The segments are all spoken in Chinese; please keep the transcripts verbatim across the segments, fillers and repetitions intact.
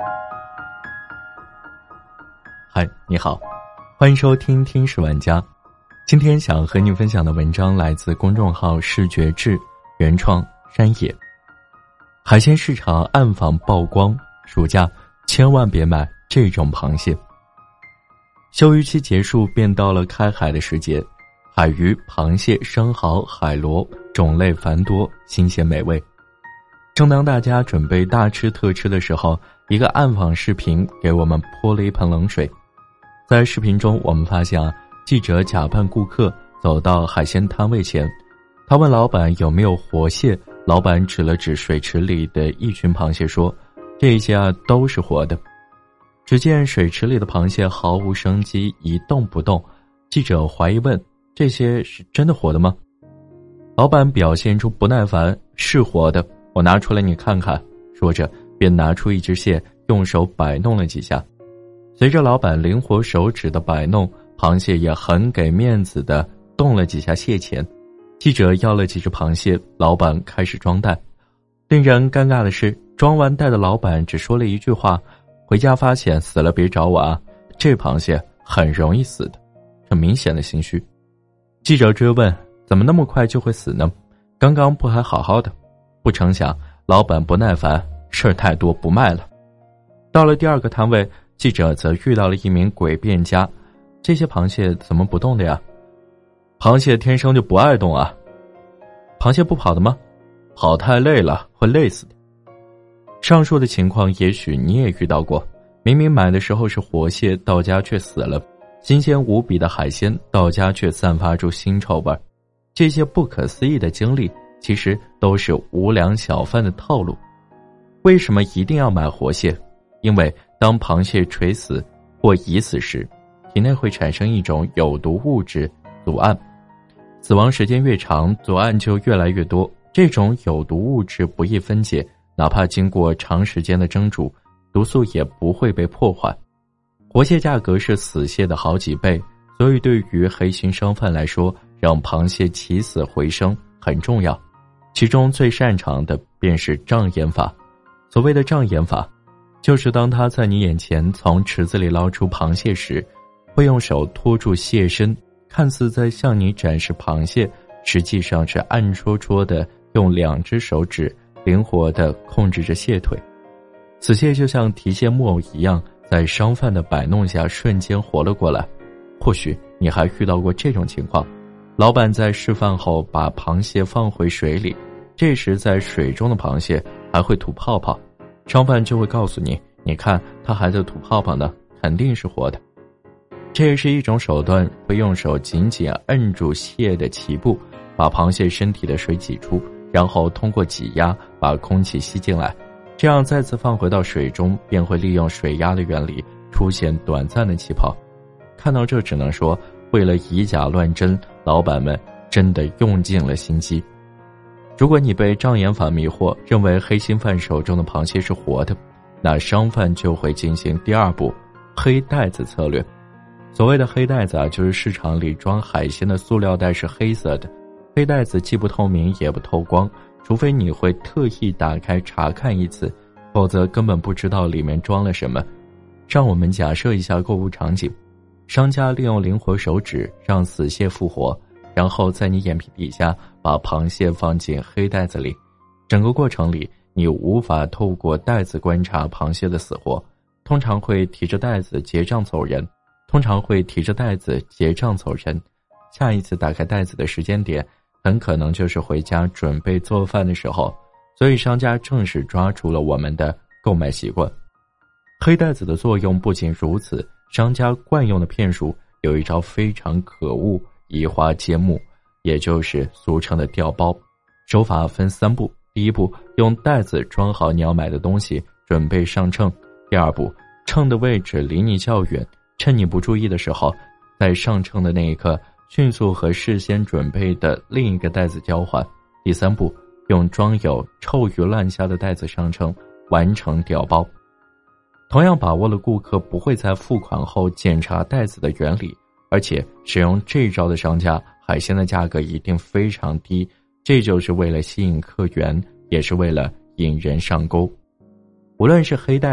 嗨，你好，欢迎收听听史玩家。今天想和你分享的文章来自公众号视觉志，原创山野。海鲜市场暗访曝光，暑假千万别买这种螃蟹。休渔期结束，便到了开海的时节，海鱼、螃蟹、生蚝、海螺种类繁多，新鲜美味。正当大家准备大吃特吃的时候，一个暗访视频给我们泼了一盆冷水。在视频中，我们发现啊，记者假扮顾客走到海鲜摊位前，他问老板有没有活蟹，老板指了指水池里的一群螃蟹说，这些啊都是活的。只见水池里的螃蟹毫无生机，一动不动。记者怀疑问，这些是真的活的吗？老板表现出不耐烦，是活的，我拿出来你看看。说着便拿出一只蟹，用手摆弄了几下。随着老板灵活手指的摆弄，螃蟹也很给面子的动了几下蟹钳。记者要了几只螃蟹，老板开始装袋。令人尴尬的是，装完袋的老板只说了一句话，回家发现死了别找我啊，这螃蟹很容易死的，这明显的心虚。记者追问，怎么那么快就会死呢？刚刚不还好好的？不成想老板不耐烦，事儿太多不卖了。到了第二个摊位，记者则遇到了一名诡辩家，这些螃蟹怎么不动的呀？螃蟹天生就不爱动啊。螃蟹不跑的吗？跑太累了，会累死的。上述的情况也许你也遇到过，明明买的时候是活蟹，到家却死了，新鲜无比的海鲜，到家却散发出腥臭味。这些不可思议的经历，其实都是无良小贩的套路。为什么一定要买活蟹？因为当螃蟹垂死或已死时，体内会产生一种有毒物质组胺，死亡时间越长，组胺就越来越多。这种有毒物质不易分解，哪怕经过长时间的蒸煮，毒素也不会被破坏。活蟹价格是死蟹的好几倍，所以对于黑心商贩来说，让螃蟹起死回生很重要。其中最擅长的便是障眼法。所谓的障眼法，就是当他在你眼前从池子里捞出螃蟹时，会用手托住蟹身，看似在向你展示螃蟹，实际上是暗戳戳的用两只手指灵活地控制着蟹腿。此蟹就像提线木偶一样，在商贩的摆弄下瞬间活了过来。或许你还遇到过这种情况，老板在示范后把螃蟹放回水里，这时在水中的螃蟹还会吐泡泡，商贩就会告诉你，你看它还在吐泡泡呢，肯定是活的。这也是一种手段，会用手紧紧摁住蟹的脐部，把螃蟹身体的水挤出，然后通过挤压把空气吸进来，这样再次放回到水中，便会利用水压的原理出现短暂的气泡。看到这只能说，为了以假乱真，老板们真的用尽了心机。如果你被障眼法迷惑，认为黑心贩手中的螃蟹是活的，那商贩就会进行第二步，黑袋子策略。所谓的黑袋子啊，就是市场里装海鲜的塑料袋是黑色的，黑袋子既不透明也不透光，除非你会特意打开查看一次，否则根本不知道里面装了什么。让我们假设一下购物场景，商家利用灵活手指让死蟹复活，然后在你眼皮底下把螃蟹放进黑袋子里，整个过程里你无法透过袋子观察螃蟹的死活，通常会提着袋子结账走人，通常会提着袋子结账走人。下一次打开袋子的时间点，很可能就是回家准备做饭的时候，所以商家正是抓住了我们的购买习惯。黑袋子的作用不仅如此，商家惯用的骗术有一招非常可恶，移花接木，也就是俗称的调包。手法分三步，第一步，用袋子装好你要买的东西，准备上秤。第二步，秤的位置离你较远，趁你不注意的时候，在上秤的那一刻，迅速和事先准备的另一个袋子交换。第三步，用装有臭鱼烂虾的袋子上秤，完成调包。同样把握了顾客不会在付款后检查袋子的原理，而且使用这招的商家，海鲜的价格一定非常低，这就是为了吸引客源，也是为了引人上钩。无论是黑袋子、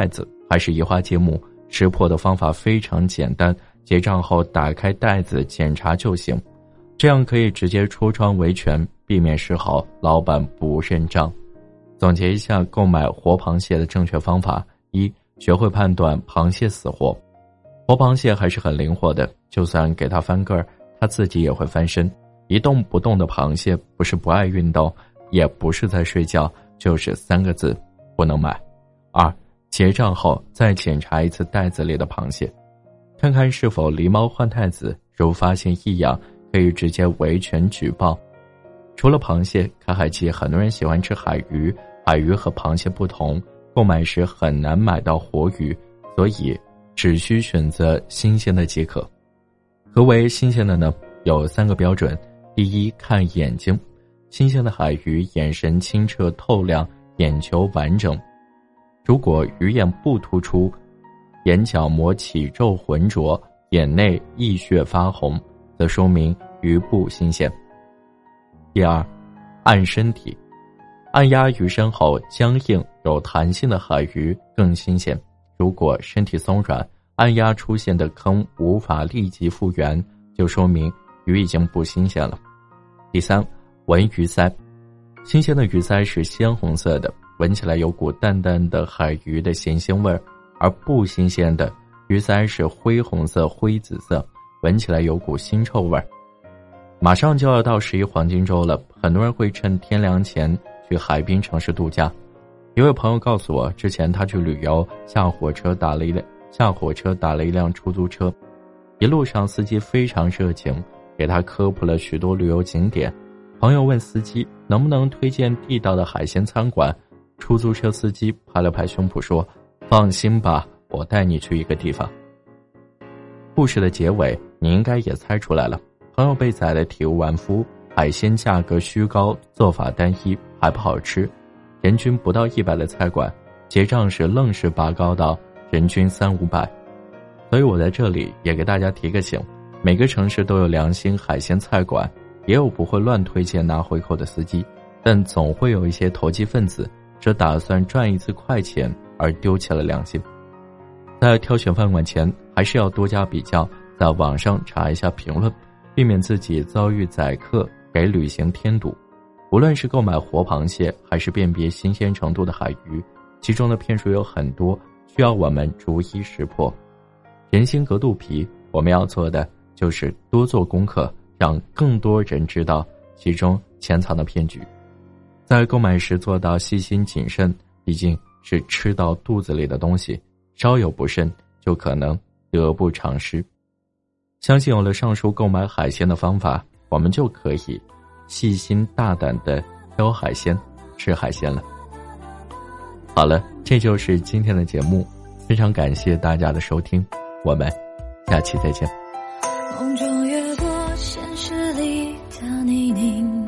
还是移花接木，识破的方法非常简单，结账后打开袋子检查就行，这样可以直接出窗维权，避免事后老板不认账。总结一下购买活螃蟹的正确方法：一、学会判断螃蟹死活。活螃蟹还是很灵活的，就算给它翻个儿，它自己也会翻身。一动不动的螃蟹不是不爱运动，也不是在睡觉，就是三个字：不能买。二、结账后再检查一次袋子里的螃蟹，看看是否狸猫换太子，如发现异样，可以直接维权举报。除了螃蟹，开海季很多人喜欢吃海鱼，海鱼和螃蟹不同，购买时很难买到活鱼，所以只需选择新鲜的即可。何为新鲜的呢？有三个标准。第一，看眼睛，新鲜的海鱼眼神清澈透亮，眼球完整。如果鱼眼不突出，眼角膜起皱浑浊，眼内溢血发红，则说明鱼不新鲜。第二，按身体，按压鱼身后僵硬有弹性的海鱼更新鲜，如果身体松软，按压出现的坑无法立即复原，就说明鱼已经不新鲜了。第三，闻鱼鳃，新鲜的鱼鳃是鲜红色的，闻起来有股淡淡的海鱼的咸腥味儿，而不新鲜的鱼鳃是灰红色、灰紫色，闻起来有股腥臭味儿。马上就要到十一黄金周了，很多人会趁天凉前去海滨城市度假。一位朋友告诉我，之前他去旅游，下火车打了一辆下火车打了一辆出租车，一路上司机非常热情，给他科普了许多旅游景点。朋友问司机能不能推荐地道的海鲜餐馆，出租车司机拍了拍胸脯说：放心吧，我带你去一个地方。故事的结尾你应该也猜出来了，朋友被宰得体无完肤，海鲜价格虚高，做法单一，还不好吃，人均不到一百的菜馆，结账时愣是拔高到人均三五百。所以我在这里也给大家提个醒，每个城市都有良心海鲜菜馆，也有不会乱推荐拿回扣的司机，但总会有一些投机分子只打算赚一次快钱而丢弃了良心。在挑选饭馆前，还是要多加比较，在网上查一下评论，避免自己遭遇宰客，给旅行添堵。无论是购买活螃蟹，还是辨别新鲜程度的海鱼，其中的骗术有很多，需要我们逐一识破。人心隔肚皮，我们要做的就是多做功课，让更多人知道其中潜藏的骗局。在购买时做到细心谨慎，毕竟是吃到肚子里的东西，稍有不慎就可能得不偿失。相信有了上述购买海鲜的方法，我们就可以细心大胆地挑海鲜吃海鲜了。好了，这就是今天的节目，非常感谢大家的收听，我们下期再见。 梦中越过现实里的泥泞，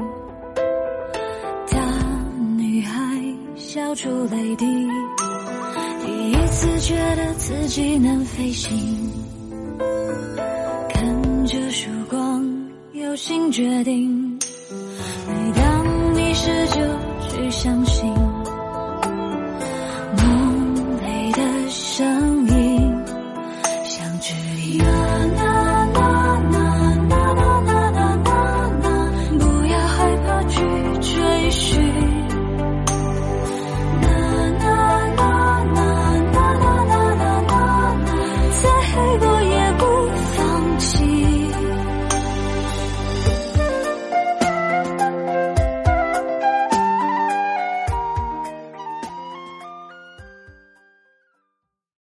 大女孩笑出泪滴，第一次觉得自己能飞行，看着曙光有新决定，每当迷失就去相信。